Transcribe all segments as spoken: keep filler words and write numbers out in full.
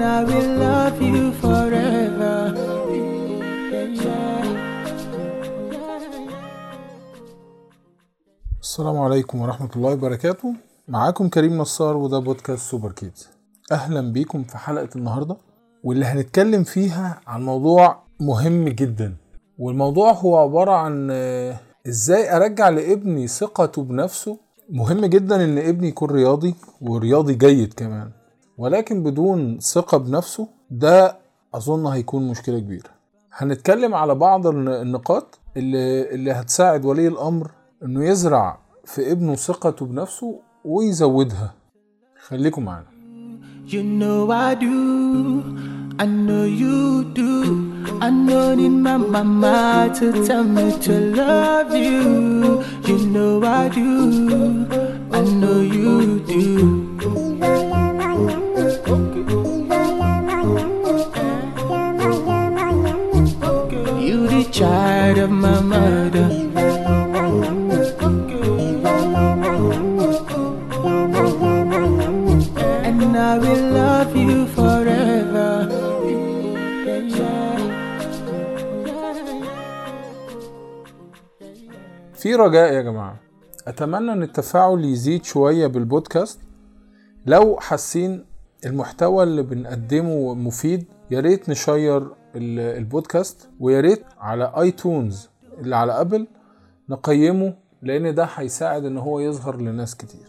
I will love you forever. السلام عليكم ورحمة الله وبركاته. معاكم كريم نصار وده بودكاست سوبر كيدز. أهلا بيكم في حلقة النهاردة واللي هنتكلم فيها عن موضوع مهم جدا، والموضوع هو عبارة عن إزاي أرجع لابني ثقته بنفسه. مهم جدا إن ابني يكون رياضي ورياضي جيد كمان، ولكن بدون ثقة بنفسه ده أظن هيكون مشكلة كبيرة. هنتكلم على بعض النقاط اللي, اللي هتساعد ولي الأمر إنه يزرع في ابنه ثقته بنفسه ويزودها. خليكم معنا. You know I do, I know you do. I know in my mama to tell me to love you. You know I do, I know you do. You the child of my mother. And I will love you forever. في رجاء يا جماعة، أتمنى أن التفاعل يزيد شوية بالبودكاست. لو حاسين المحتوى اللي بنقدمه مفيد ياريت نشير البودكاست، وياريت على ايتونز اللي على ابل نقيمه، لأن ده هيساعد ان هو يظهر لناس كتير.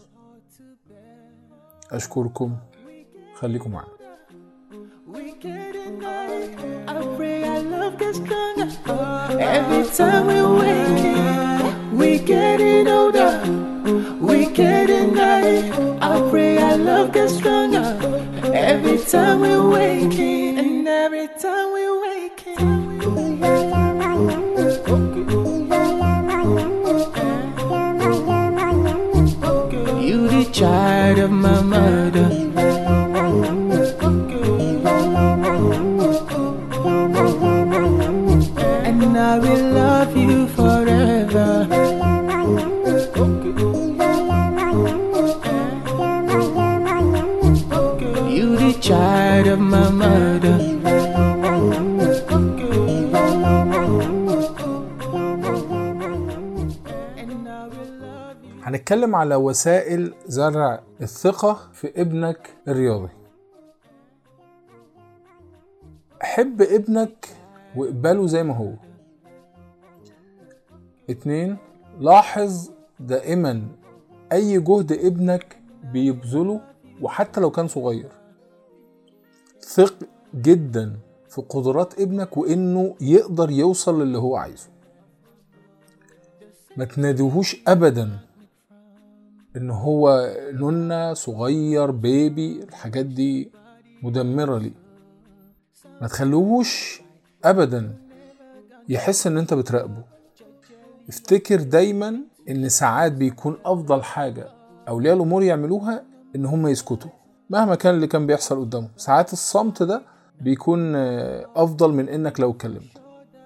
أشكركم، خليكم معنا. Every time we wake up, we getting older, we getting higher. I pray our love gets stronger. Every time we waking, and every time we waking. You the child of my mother. And I will love you forever. You the child of my mother. هنتكلم على وسائل زرع الثقة في ابنك الرياضي. حب ابنك واقبله زي ما هو. اتنين، لاحظ دائما اي جهد ابنك بيبذله وحتى لو كان صغير. ثق جدا في قدرات ابنك وانه يقدر يوصل للي هو عايزه. ما تناديهوش ابدا ان هو نونة صغير بيبي، الحاجات دي مدمرة ليه. ما تخلوهوش ابدا يحس ان انت بتراقبه. افتكر دايما ان ساعات بيكون افضل حاجة اولياء الامور يعملوها ان هم يسكتوا مهما كان اللي كان بيحصل قدامه. ساعات الصمت ده بيكون افضل من انك لو اتكلمت.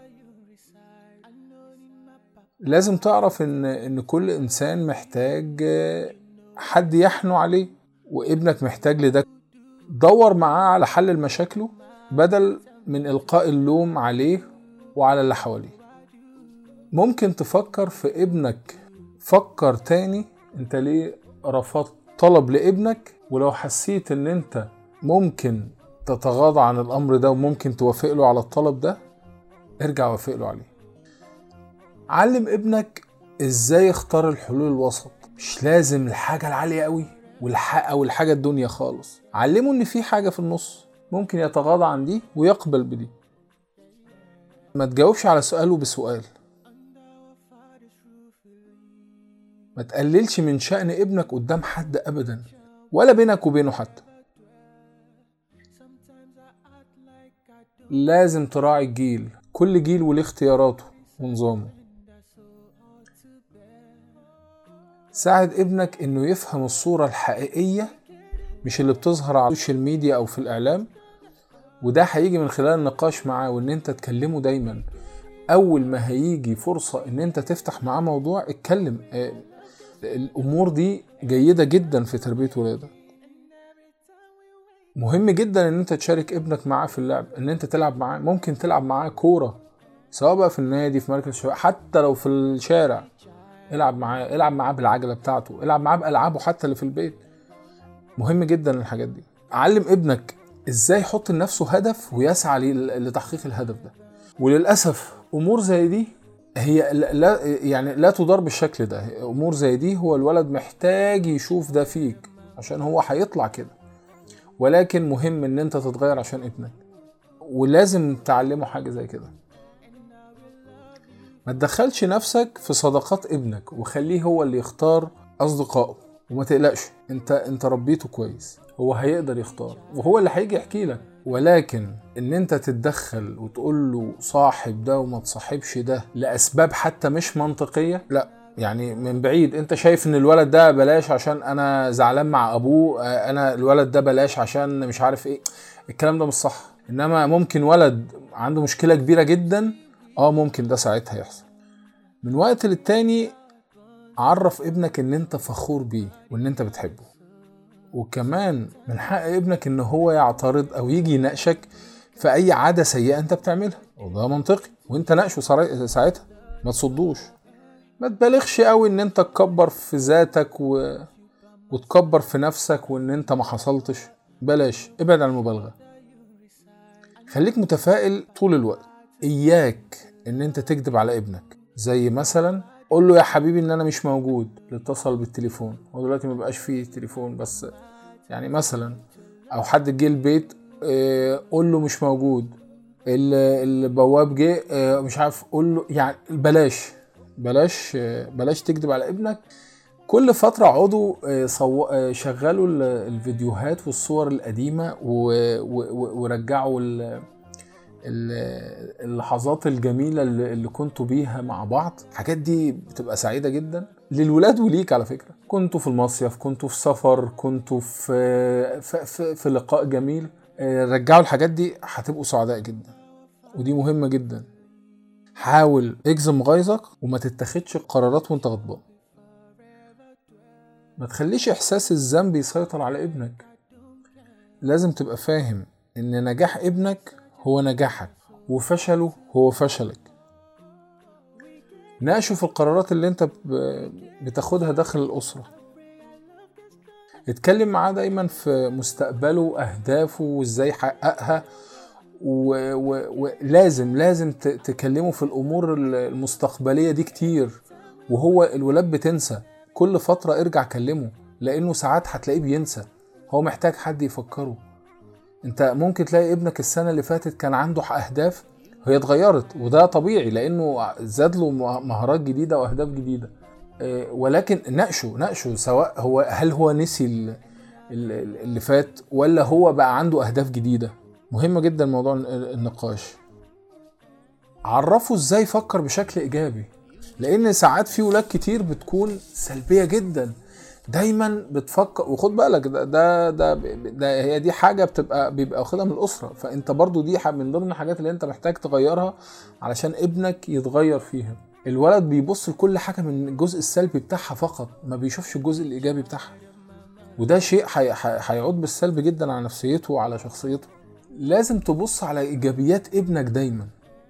لازم تعرف ان ان كل انسان محتاج حد يحنو عليه، وابنك محتاج لده. دور معاه على حل المشاكله بدل من القاء اللوم عليه وعلى اللي حواليه. ممكن تفكر في ابنك. فكر تاني انت ليه رفضت طلب لابنك، ولو حسيت ان انت ممكن تتغاضى عن الامر ده وممكن توافق له على الطلب ده، ارجع وافق له عليه. علم ابنك ازاي يختار الحلول الوسط. مش لازم الحاجة العالية قوي والحق او الحاجة الدنيا خالص. علمه ان في حاجة في النص ممكن يتغاضى عن دي ويقبل بدي. ما تجاوبش على سؤاله بسؤال. ما تقللش من شأن ابنك قدام حد ابدا، ولا بينك وبينه حتى. لازم تراعي الجيل، كل جيل وليه اختياراته ونظامه. ساعد ابنك انه يفهم الصورة الحقيقية مش اللي بتظهر على السوشيال ميديا او في الاعلام، وده هيجي من خلال النقاش معاه وان انت تكلمه دايما. اول ما هيجي فرصة ان انت تفتح معاه موضوع اتكلم. الامور دي جيدة جدا في تربية ولادك. مهم جدا ان انت تشارك ابنك معاه في اللعب، ان انت تلعب معاه. ممكن تلعب معاه كورة سواء بقى في النادي، في مركز الشباب، حتى لو في الشارع. العب معاه، العب معاه بالعجلة بتاعته، العب معاه بألعابه حتى اللي في البيت. مهم جدا الحاجات دي. علم ابنك ازاي يحط لنفسه هدف ويسعى لتحقيق الهدف ده. وللأسف امور زي دي هي لا يعني لا تدار بالشكل ده. امور زي دي هو الولد محتاج يشوف ده فيك عشان هو هيطلع كده، ولكن مهم ان انت تتغير عشان ابنك، ولازم تعلمه حاجة زي كده. ما تدخلش نفسك في صداقات ابنك وخليه هو اللي يختار اصدقائه. وما تقلقش، انت انت ربيته كويس، هو هيقدر يختار وهو اللي هيجي يحكي لك. ولكن ان انت تتدخل وتقول له صاحب ده وما تصاحبش ده لاسباب حتى مش منطقية، لا. يعني من بعيد انت شايف ان الولد ده بلاش عشان انا زعلان مع ابوه، انا الولد ده بلاش عشان مش عارف ايه. الكلام ده مش صح. انما ممكن ولد عنده مشكلة كبيرة جدا، اه ممكن ده ساعتها يحصل. من وقت للتاني عرف ابنك ان انت فخور بيه وان انت بتحبه. وكمان من حق ابنك ان هو يعترض او يجي يناقشك في اي عادة سيئة انت بتعملها، وده منطقي، وانت ناقشه ساعتها، ما تصدوش. ما تبالغش قوي ان انت تكبر في ذاتك و... وتكبر في نفسك وان انت ما حصلتش. بلاش، ابعد عن المبالغة. خليك متفائل طول الوقت. اياك ان انت تكذب على ابنك، زي مثلا قول له يا حبيبي ان انا مش موجود، اتصل بالتليفون. هو دلوقتي ما بقاش فيه تليفون، بس يعني مثلا او حد جه البيت قول له مش موجود، البواب جه مش عارف، قول له يعني بلاش بلاش بلاش تكذب على ابنك. كل فترة اقعدوا شغلوا الفيديوهات والصور القديمة ورجعوا اللحظات الجميلة اللي كنتوا بيها مع بعض. الحاجات دي بتبقى سعيدة جدا للولاد وليك على فكرة. كنتوا في المصيف، كنتوا في سفر، كنتوا في, في, في, في لقاء جميل. رجعوا الحاجات دي، هتبقوا سعداء جدا، ودي مهمة جدا. حاول اجزم غيظك وما تتخذش قرارات وانت غضبان. ما تخليش احساس الذنب يسيطر على ابنك. لازم تبقى فاهم ان نجاح ابنك هو نجاحك وفشله هو فشلك. ناقشه في القرارات اللي انت بتاخدها داخل الأسرة. اتكلم معاه دايما في مستقبله واهدافه وازاي يحققها، ولازم لازم تكلمه في الامور المستقبلية دي كتير. وهو الولاد بتنسى، كل فترة ارجع كلمه، لانه ساعات هتلاقيه بينسى. هو محتاج حد يفكره. انت ممكن تلاقي ابنك السنة اللي فاتت كان عنده اهداف هي اتغيرت، وده طبيعي لانه زاد له مهارات جديدة واهداف جديدة. ولكن ناقشه ناقشه سواء هو هل هو نسي اللي فات ولا هو بقى عنده اهداف جديدة. مهم جدا موضوع النقاش. عرفه ازاي يفكر بشكل ايجابي، لان ساعات في ولاد كتير بتكون سلبية جدا، دايما بتفكر. وخد بالك ده ده ده, ده هي دي حاجه بتبقى بيبقى واخدها من الاسره. فانت برضو دي من ضمن الحاجات اللي انت محتاج تغيرها علشان ابنك يتغير فيها. الولد بيبص لكل حاجه من الجزء السلبي بتاعها فقط، ما بيشوفش الجزء الايجابي بتاعها، وده شيء هيعود بالسلب جدا على نفسيته وعلى شخصيته. لازم تبص على ايجابيات ابنك دايما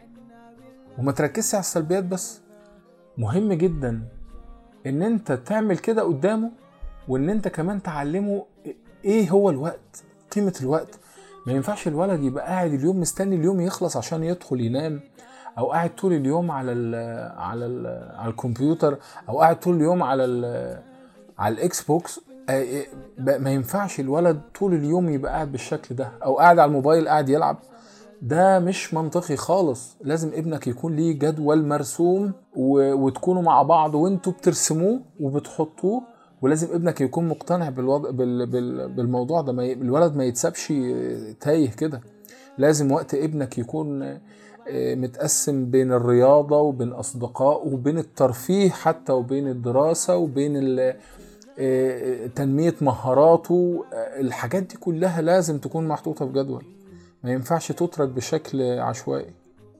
وما تركزش على السلبيات بس. مهم جدا ان انت تعمل كده قدامه، وان انت كمان تعلمه ايه هو الوقت، قيمة الوقت. ما ينفعش الولد يبقى قاعد اليوم مستني اليوم يخلص عشان يدخل ينام، او قاعد طول اليوم على ال على ال على الكمبيوتر، او قاعد طول اليوم على ال على الاكس بوكس. ما ينفعش الولد طول اليوم يبقى قاعد بالشكل ده، او قاعد على الموبايل قاعد يلعب. ده مش منطقي خالص. لازم ابنك يكون ليه جدول مرسوم وتكونوا مع بعض وانتوا بترسموه وبتحطوه. ولازم ابنك يكون مقتنع بالوضع بال... بال... بالموضوع ده. ما ي... الولد ما يتسابش تايه كده. لازم وقت ابنك يكون متقسم بين الرياضة وبين أصدقاء وبين الترفيه حتى وبين الدراسة وبين ال... تنمية مهاراته. الحاجات دي كلها لازم تكون محطوطة في جدول، ما ينفعش تترك بشكل عشوائي.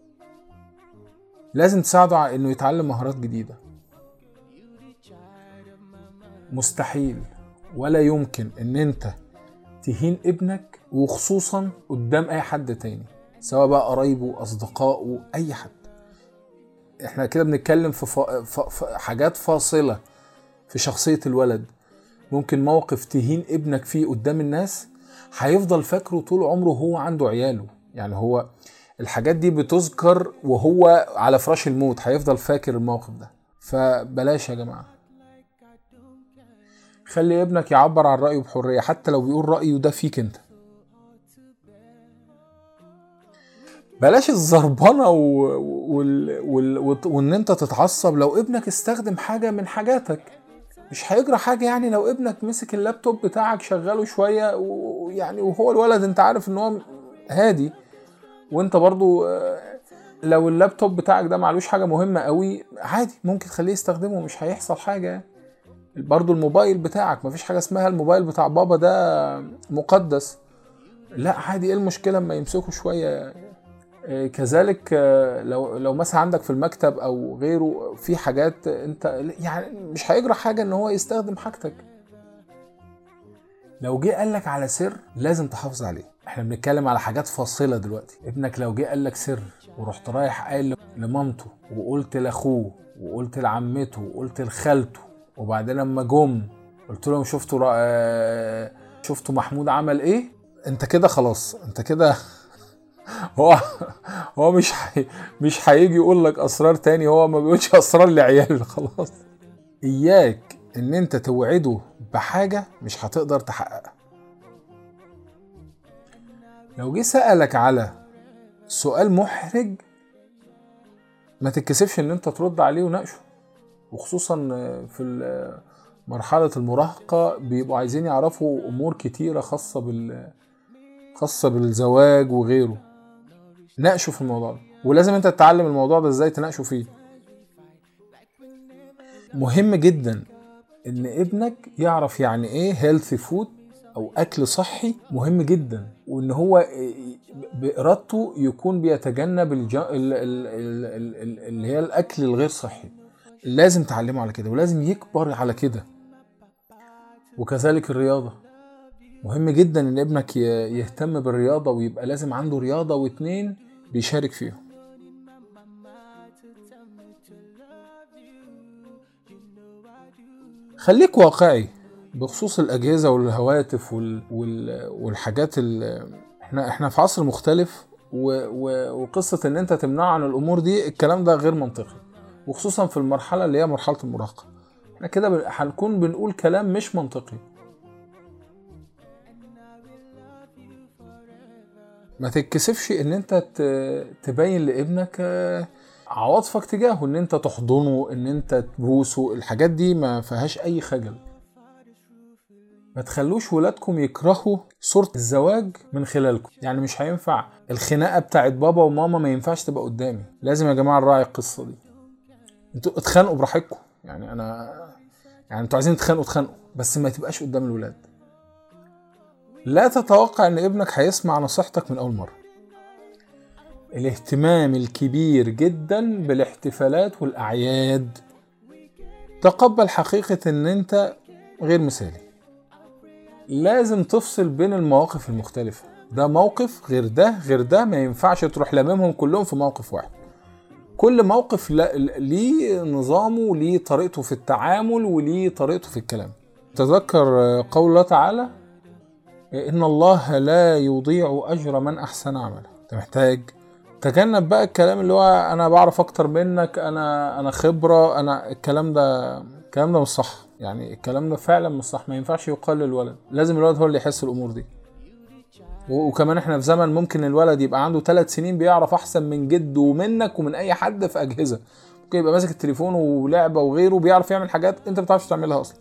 لازم تساعده على انه يتعلم مهارات جديدة. مستحيل ولا يمكن ان انت تهين ابنك وخصوصا قدام اي حد تاني، سواء بقى قرايبه اصدقائه اي حد. احنا كده بنتكلم في, فا... ف... ف... حاجات فاصلة في شخصية الولد. ممكن موقف تهين ابنك فيه قدام الناس هيفضل فاكره طول عمره هو عنده عياله. يعني هو الحاجات دي بتذكر وهو على فراش الموت، هيفضل فاكر الموقف ده. فبلاش يا جماعة، خلي ابنك يعبر عن رأيه بحرية، حتى لو بيقول رأيه ده فيك انت. بلاش الزربنة و... وال... وال... وان انت تتعصب لو ابنك استخدم حاجة من حاجاتك. مش هيجرى حاجة يعني لو ابنك مسك اللابتوب بتاعك شغله شوية، ويعني وهو الولد انت عارف ان هو هادي، وانت برضو لو اللابتوب بتاعك ده معلوش حاجة مهمة قوي عادي ممكن تخليه يستخدمه، مش هيحصل حاجة. برضو الموبايل بتاعك مفيش حاجة اسمها الموبايل بتاع بابا ده مقدس، لا عادي، ايه المشكلة اما يمسكه شوية. كذلك لو لو مثلا عندك في المكتب او غيره في حاجات انت يعني مش هيجرى حاجة ان هو يستخدم حاجتك. لو جه قالك على سر لازم تحافظ عليه. احنا بنتكلم على حاجات فاصلة دلوقتي. ابنك لو جه قالك سر ورحت رايح قايل لمامته وقلت لاخوه وقلت لعمته وقلت لخالته، وبعدين لما جم قلت لهم شفتوا رأ... شفتوا محمود عمل ايه، انت كده خلاص، انت كده هو هو مش حي... مش هيجي يقول لك اسرار تاني، هو ما بيقولش اسرار لعياله خلاص. اياك ان انت توعده بحاجة مش هتقدر تحققها. لو جه سألك على سؤال محرج ما تتكسفش ان انت ترد عليه وناقشه، وخصوصا في مرحلة المراهقة بيبقوا عايزين يعرفوا امور كتيرة خاصة بال خاصة بالزواج وغيره. ناقشه في الموضوع ده، ولازم انت تتعلم الموضوع ده ازاي تناقشه فيه. مهم جدا ان ابنك يعرف يعني ايه healthy food او اكل صحي، مهم جدا، وان هو بإرادته يكون بيتجنب الج... ال... ال... ال... اللي هي الاكل الغير صحي. لازم تعلمه على كده ولازم يكبر على كده. وكذلك الرياضة، مهم جدا ان ابنك يهتم بالرياضة ويبقى لازم عنده رياضة واتنين بيشارك فيهم. خليك واقعي بخصوص الأجهزة والهواتف وال... وال... والحاجات ال... احنا احنا في عصر مختلف، و... و... وقصة ان انت تمنع عن الامور دي الكلام ده غير منطقي، وخصوصا في المرحلة اللي هي مرحلة المراهقة. احنا كده هنكون بنقول كلام مش منطقي. ما تتكسفش ان انت ت... تبين لابنك عواطفك تجاهه، ان انت تحضنه، ان انت تبوسه، الحاجات دي ما فيهاش اي خجل. ما تخلوش ولادكم يكرهوا صورة الزواج من خلالكم. يعني مش هينفع الخناقة بتاعت بابا وماما ما ينفعش تبقى قدامي، لازم يا جماعة نراعي القصة دي. انتوا اتخانقوا براحتكم، يعني انا يعني انتوا عايزين تخانقوا تخانقوا، بس ما تبقاش قدام الولاد. لا تتوقع ان ابنك هيسمع نصيحتك من اول مرة. الاهتمام الكبير جدا بالاحتفالات والاعياد. تقبل حقيقة ان انت غير مثالي. لازم تفصل بين المواقف المختلفة، ده موقف غير ده غير ده، ما ينفعش تروح لممهم كلهم في موقف واحد. كل موقف ليه نظامه وليه طريقته في التعامل وليه طريقته في الكلام. تذكر قول الله تعالى إن الله لا يضيع أجر من أحسن عملا. أنت محتاج تجنب بقى الكلام اللي هو أنا بعرف أكتر منك، أنا أنا خبرة، أنا الكلام ده الكلام ده مش صح. يعني الكلام ده فعلا مش صح، ما ينفعش يقال للولد، لازم الولد هو اللي يحس الأمور دي. وكمان احنا في زمن ممكن الولد يبقى عنده ثلاث سنين بيعرف أحسن من جده ومنك ومن أي حد في أجهزة، ممكن يبقى ماسك التليفون ولعبة وغيره بيعرف يعمل حاجات أنت ما بتعرفش تعملها أصلا.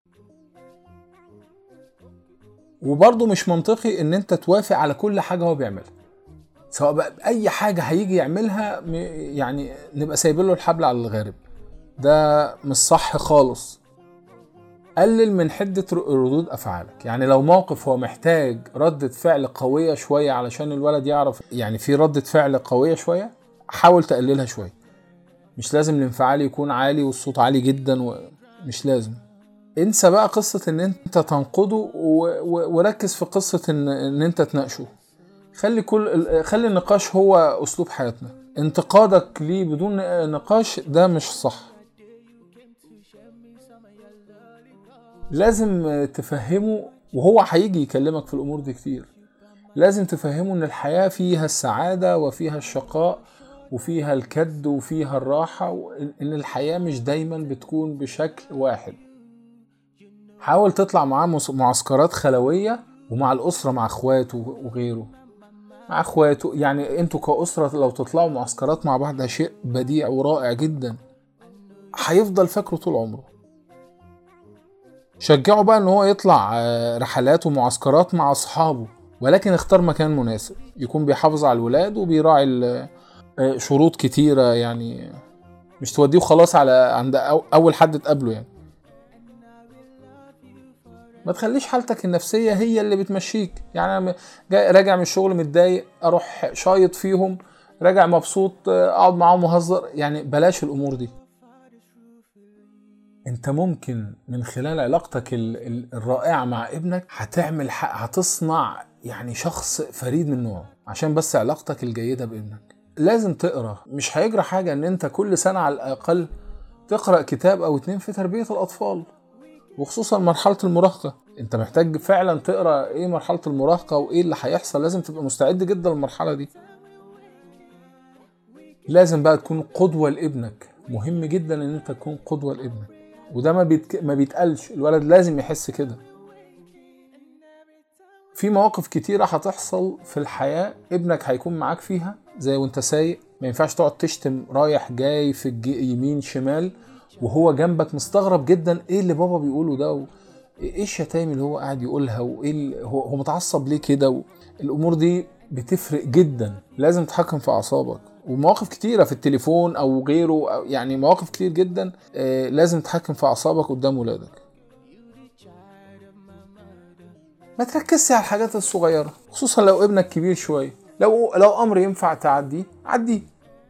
وبرضه مش منطقي ان انت توافق على كل حاجة هو بيعملها، سواء بقى اي حاجة هيجي يعملها يعني نبقى سايبين له الحبل على الغارب. ده مش صح خالص. قلل من حدة ردود افعالك. يعني لو موقف هو محتاج ردة فعل قوية شوية علشان الولد يعرف يعني في ردة فعل قوية شوية، حاول تقللها شوية. مش لازم الانفعال يكون عالي والصوت عالي جدا، ومش لازم. انسى بقى قصة ان انت تنقده وركز في قصة ان, إن انت تناقشه. خلي كل خلي النقاش هو اسلوب حياتنا. انتقادك ليه بدون نقاش ده مش صح. لازم تفهمه، وهو هيجي يكلمك في الامور دي كتير، لازم تفهمه ان الحياة فيها السعادة وفيها الشقاء وفيها الكد وفيها الراحة، وان الحياة مش دايما بتكون بشكل واحد. حاول تطلع معاه معسكرات خلوية ومع الأسرة، مع اخواته وغيره، مع اخواته. يعني انتوا كأسرة لو تطلعوا معسكرات مع بعض ده شيء بديع ورائع جدا، هيفضل فاكره طول عمره. شجعه بقى ان هو يطلع رحلات ومعسكرات مع اصحابه، ولكن اختار مكان مناسب يكون بيحافظ على الولاد وبيراعي شروط كتيرة. يعني مش توديه خلاص على عند اول حد تقابله. يعني ما تخليش حالتك النفسية هي اللي بتمشيك. يعني انا جاي راجع من الشغل متضايق، اروح شايط فيهم، راجع مبسوط اقعد معاهم وهزر. يعني بلاش الامور دي. انت ممكن من خلال علاقتك الرائعة مع ابنك هتعمل هتصنع يعني شخص فريد من نوعه، عشان بس علاقتك الجيدة بابنك. لازم تقرأ، مش هيجرى حاجة ان انت كل سنة على الاقل تقرأ كتاب او اتنين في تربية الاطفال، وخصوصا مرحلة المراهقة. انت محتاج فعلا تقرأ ايه مرحلة المراهقة وايه اللي هيحصل. لازم تبقى مستعد جدا للمرحلة دي. لازم بقى تكون قدوة لابنك. مهم جدا ان انت تكون قدوة لابنك، وده ما بيتك... ما بيتقالش. الولد لازم يحس كده. في مواقف كتيرة هتحصل في الحياة ابنك هيكون معاك فيها، زي وانت سايق ما ينفعش تقعد تشتم رايح جاي في الجي... يمين شمال وهو جنبك مستغرب جدا ايه اللي بابا بيقوله ده، و... ايه الشتايم اللي هو قاعد يقولها، وايه ال... هو... هو متعصب ليه كده. و... الامور دي بتفرق جدا. لازم تتحكم في اعصابك. ومواقف كتيرة في التليفون او غيره، أو يعني مواقف كتير جدا آه لازم تتحكم في اعصابك قدام ولادك. ما تركزش على الحاجات الصغيرة، خصوصا لو ابنك كبير شوية. لو لو امر ينفع تعديه عديه.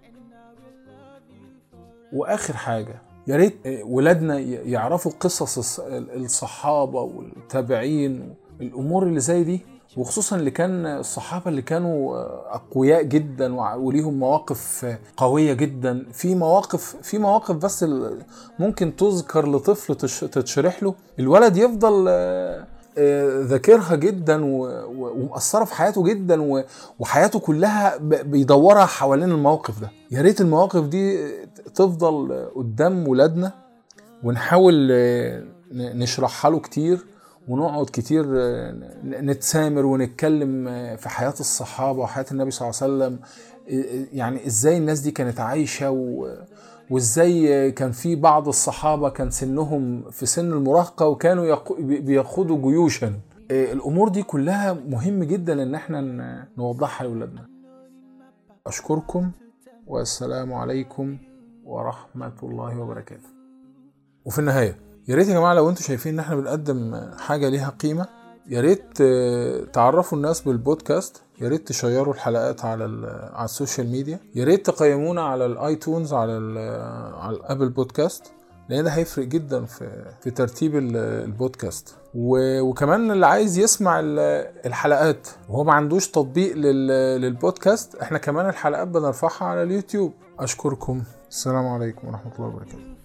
واخر حاجة، يا ريت ولادنا يعرفوا قصص الصحابة والتابعين، الامور اللي زي دي، وخصوصا اللي كان الصحابة اللي كانوا أقوياء جدا وليهم مواقف قوية جدا. في مواقف في مواقف بس ممكن تذكر لطفل تتشرح له، الولد يفضل ذاكرها جدا ومؤثرة في حياته جدا، وحياته كلها بيدورها حوالين الموقف ده. يا ريت المواقف دي تفضل قدام ولادنا، ونحاول نشرحها له كتير، ونقعد كتير نتسامر ونتكلم في حياة الصحابة وحياة النبي صلى الله عليه وسلم. يعني ازاي الناس دي كانت عايشة، وازاي كان في بعض الصحابة كان سنهم في سن المراهقة وكانوا بيقودوا جيوشا. الامور دي كلها مهم جدا ان احنا نوضحها لأولادنا. اشكركم والسلام عليكم ورحمة الله وبركاته. وفي النهاية يا ريت يا جماعه لو انتوا شايفين ان احنا بنقدم حاجه ليها قيمه، يا ريت تعرفوا الناس بالبودكاست، يا ريت تشيروا الحلقات على على السوشيال ميديا، يا ريت تقيمونا على الايتونز، على على الابل بودكاست، لان ده هيفرق جدا في في ترتيب البودكاست. وكمان اللي عايز يسمع الحلقات وهو ما عندوش تطبيق للبودكاست، احنا كمان الحلقات بنرفعها على اليوتيوب. اشكركم، السلام عليكم ورحمه الله وبركاته.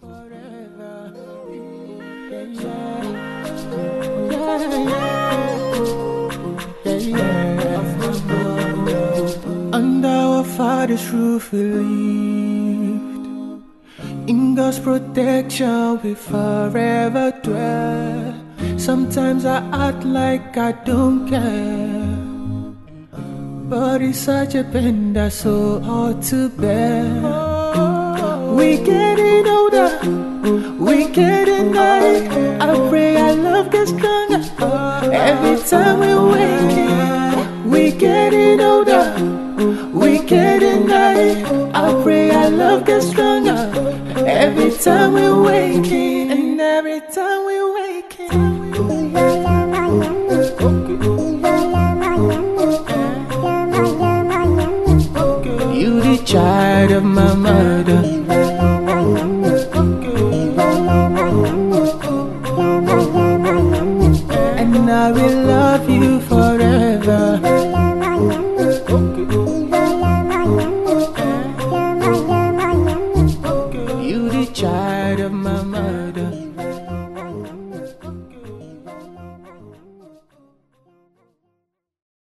Under our Father's roof we lived, in God's protection we forever dwell. Sometimes I act like I don't care, but it's such a pain that's so hard to bear. We getting older, we getting high. I pray our love gets stronger every time we wake. We getting older, we getting high. I pray our love gets stronger every time we wake, and every time we wake. You the child of my mother. inside of my mind.